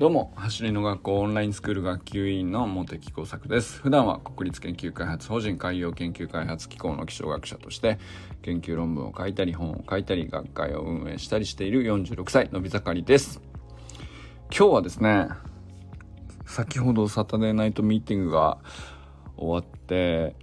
どうも、走りの学校オンラインスクール学級委員の茂木耕作です。普段は国立研究開発法人海洋研究開発機構の気象学者として研究論文を書いたり本を書いたり学会を運営したりしている46歳のび盛りです。今日はですね、先ほどサタデーナイトミーティングが終わって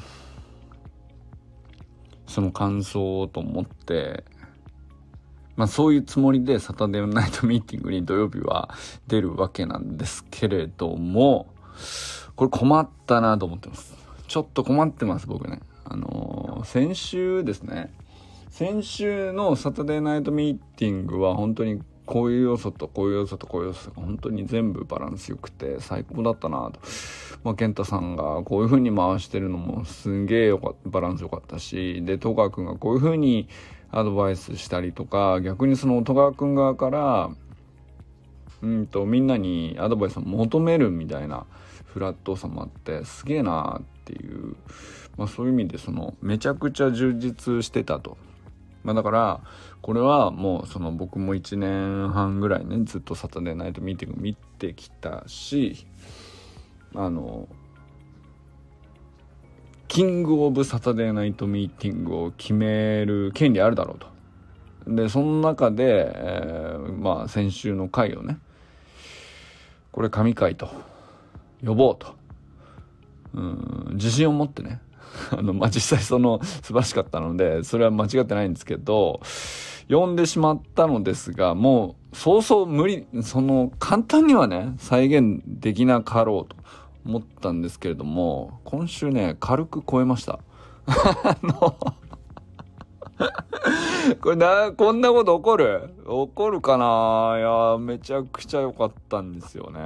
その感想と思ってそういうつもりでサタデーナイトミーティングに土曜日は出るわけなんですけれども、これ困ったなと思ってます。ちょっと困ってます僕ね。先週のサタデーナイトミーティングは本当にこういう要素とこういう要素とこういう要素が本当に全部バランス良くて最高だったなと。健太さんがこういう風に回してるのもすんげえバランス良かったし、で戸川くんがこういう風にアドバイスしたりとか、逆にその戸川くん側からみんなにアドバイスを求めるみたいなフラットさもあってすげえなっていう、そういう意味でめちゃくちゃ充実してたと。だからこれはもう僕も1年半ぐらいねずっとサタデーナイトミーティング見てきたし、キングオブサタデーナイトミーティングを決める権利あるだろうと。でその中で、先週の回をね、これ神回と呼ぼうと、自信を持ってね実際素晴らしかったのでそれは間違ってないんですけど、呼んでしまったのですが、もうそうそう無理、簡単にはね再現できなかろうと思ったんですけれども、今週ね軽く超えましたこれこんなこと起こるかな。いやめちゃくちゃ良かったんですよね。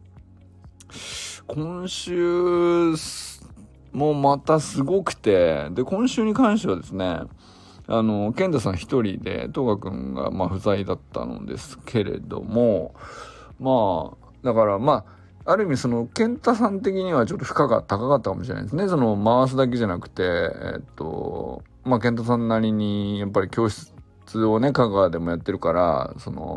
今週もうまたすごくて、で今週に関してはですね、健太さん一人で戸川くんが不在だったのですけれども、だからある意味健太さん的にはちょっと負荷が高かったかもしれないですね。回すだけじゃなくて健太さんなりにやっぱり教室をね香川でもやってるから、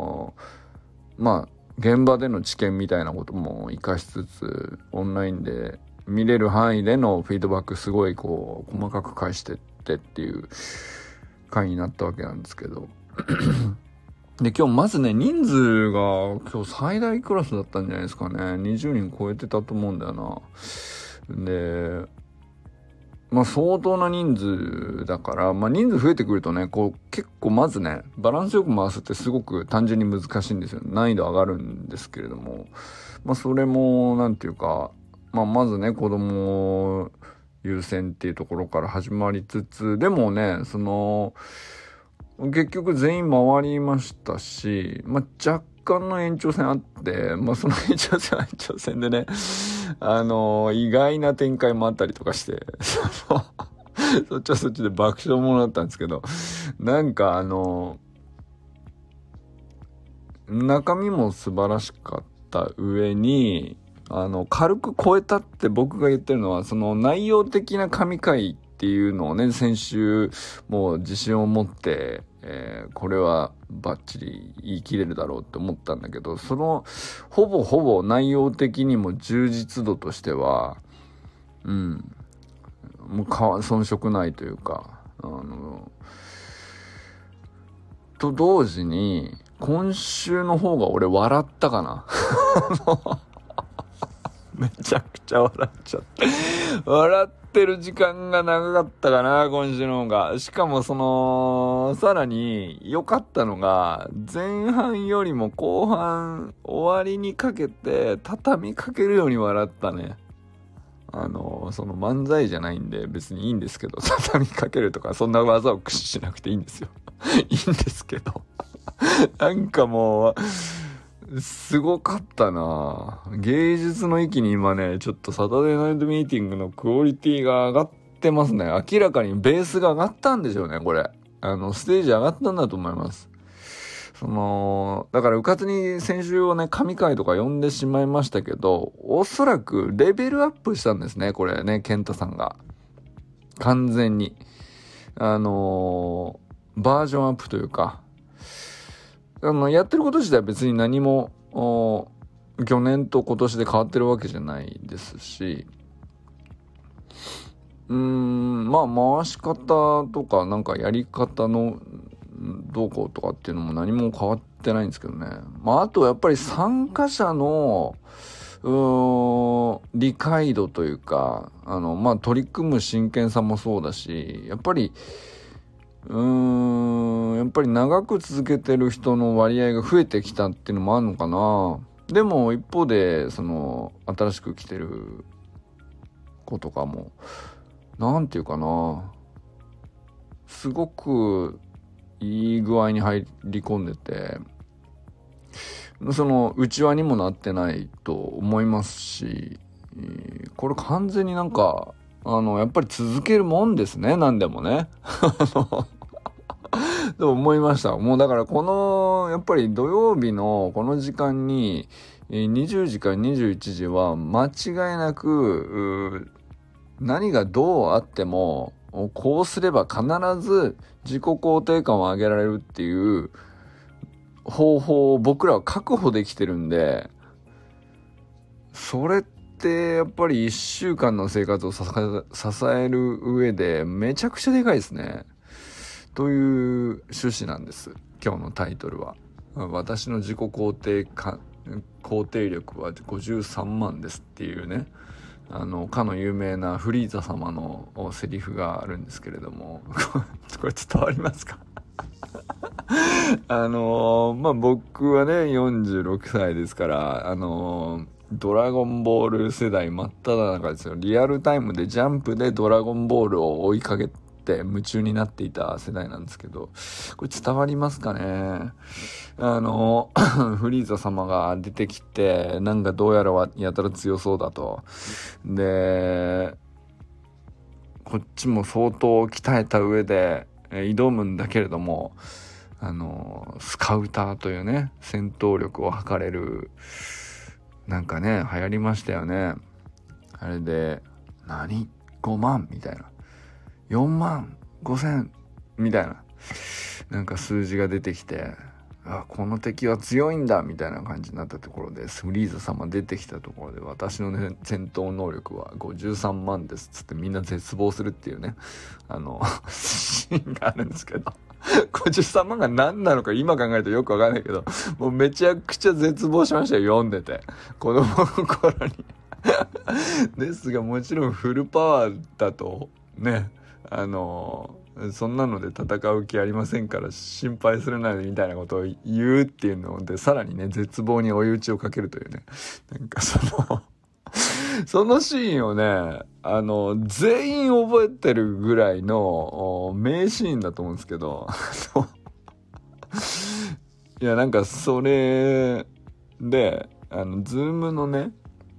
現場での知見みたいなことも活かしつつ、オンラインで見れる範囲でのフィードバックすごい細かく返してってっていう回になったわけなんですけどで今日まずね人数が今日最大クラスだったんじゃないですかね。20人超えてたと思うんだよな。で相当な人数だから、人数増えてくるとね結構まずねバランスよく回すってすごく単純に難しいんですよ。難易度上がるんですけれども、それもなんていうかまずね子供優先っていうところから始まりつつ、でもね結局全員回りましたし、若干の延長戦あって、その延長戦でね意外な展開もあったりとかしてそっちはそっちで爆笑ものだったんですけど、中身も素晴らしかった上に軽く超えたって僕が言ってるのは内容的な神回っていうのをね先週もう自信を持って、これはバッチリ言い切れるだろうって思ったんだけど、ほぼ内容的にも充実度としてはもう遜色ないというかと同時に今週の方が俺笑ったかなめちゃくちゃ笑っちゃって笑ってる時間が長かったかな今週の方が。しかもさらに良かったのが前半よりも後半終わりにかけて畳みかけるように笑ったね。漫才じゃないんで別にいいんですけど、畳みかけるとかそんな技を駆使しなくていいんですよいいんですけどもうすごかったな。芸術の域に今ねちょっとサタデーナイトミーティングのクオリティが上がってますね。明らかにベースが上がったんでしょうね。これステージ上がったんだと思います。だからうかつに先週をね神回とか呼んでしまいましたけど、おそらくレベルアップしたんですねこれね、健太さんが完全にバージョンアップというかやってること自体は別に何も去年と今年で変わってるわけじゃないですし、まあ回し方とかなんかやり方のどうこうとかっていうのも何も変わってないんですけどね。まああとやっぱり参加者の理解度というか、まあ取り組む真剣さもそうだし、やっぱり長く続けてる人の割合が増えてきたっていうのもあるのかな。でも一方でその新しく来てる子とかもなんていうかな、すごくいい具合に入り込んでて、その内輪にもなってないと思いますし、これ完全になんかやっぱり続けるもんですね、何でもね。と思いました。もうだからこのやっぱり土曜日のこの時間に20時から21時は間違いなく何がどうあってもこうすれば必ず自己肯定感を上げられるっていう方法を僕らは確保できてるんで、それってやっぱり1週間の生活を支える上でめちゃくちゃでかいですね。という趣旨なんです。今日のタイトルは。私の自己肯定力は53万ですっていうね。かの有名なフリーザ様のセリフがあるんですけれどもこれ伝わりますか？まあ僕はね46歳ですから、ドラゴンボール世代真っ只中ですよ。リアルタイムでジャンプでドラゴンボールを追いかけて夢中になっていた世代なんですけど、これ伝わりますかね。フリーザ様が出てきて、なんかどうやらやたら強そうだと。で、こっちも相当鍛えた上で挑むんだけれども、スカウターというね、戦闘力を測れる、なんかね、流行りましたよね。あれで、5万みたいな。4万5千みたいな。なんか数字が出てきて、この敵は強いんだみたいな感じになったところで、フリーザ様出てきたところで、私の、ね、戦闘能力は53万ですっつってみんな絶望するっていうね、シーンがあるんですけど53万が何なのか今考えるとよくわかんないけど、もうめちゃくちゃ絶望しましたよ、読んでて、子供の頃にですがもちろんフルパワーだとね、そんなので戦う気ありませんから心配するなみたいなことを言うっていうので、さらにね絶望に追い打ちをかけるというね、なんかそのシーンをね全員覚えてるぐらいの名シーンだと思うんですけどいやなんかそれでズームのね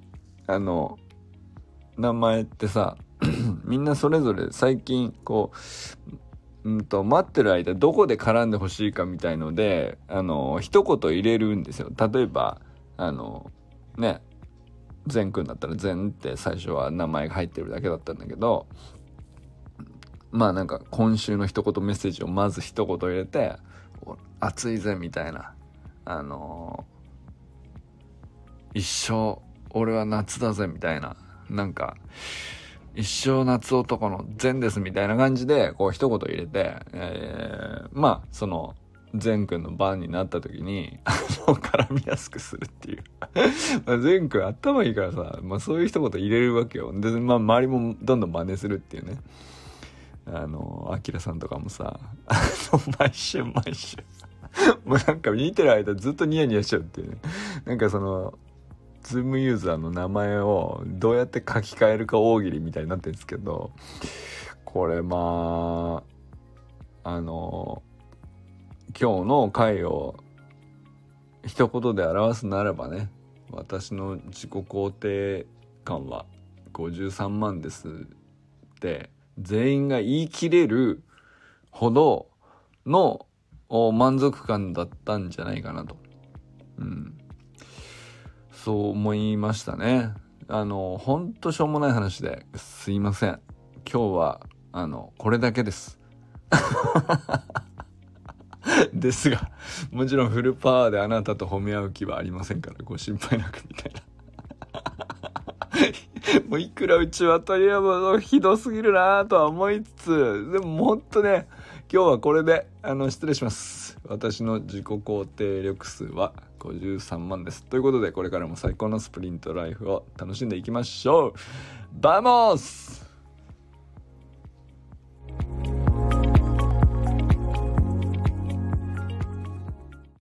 名前ってさみんなそれぞれ最近こう待ってる間どこで絡んでほしいかみたいので一言入れるんですよ。例えばね、善くんだったら善って最初は名前が入ってるだけだったんだけど、まあなんか今週の一言メッセージをまず一言入れて、暑いぜみたいな、一生俺は夏だぜみたいな、なんか一生夏男の善ですみたいな感じでこう一言入れて、まあその善くんの番になった時に絡みやすくするっていうまあ善くん頭いいからさ、まあ、そういう一言入れるわけよ。で、まあ、周りもどんどん真似するっていうね。アキラさんとかもさ毎週もうなんか見てる間ずっとニヤニヤしちゃうっていうね。なんかそのズームユーザーの名前をどうやって書き換えるか大喜利みたいになってるんですけど、これまあ今日の回を一言で表すならばね、私の自己肯定感は53万ですって全員が言い切れるほどの満足感だったんじゃないかなと、そう思いましたね。ほんとしょうもない話ですいません。今日はこれだけですですが、 もちろんフルパワーであなたと褒め合う気はありませんから、ご心配なくみたいな。もういくらうちはといえばひどすぎるなとは思いつつ、でももっとね、今日はこれで失礼します。私の自己肯定力数は53万です。ということで、これからも最高のスプリントライフを楽しんでいきましょう。バモス。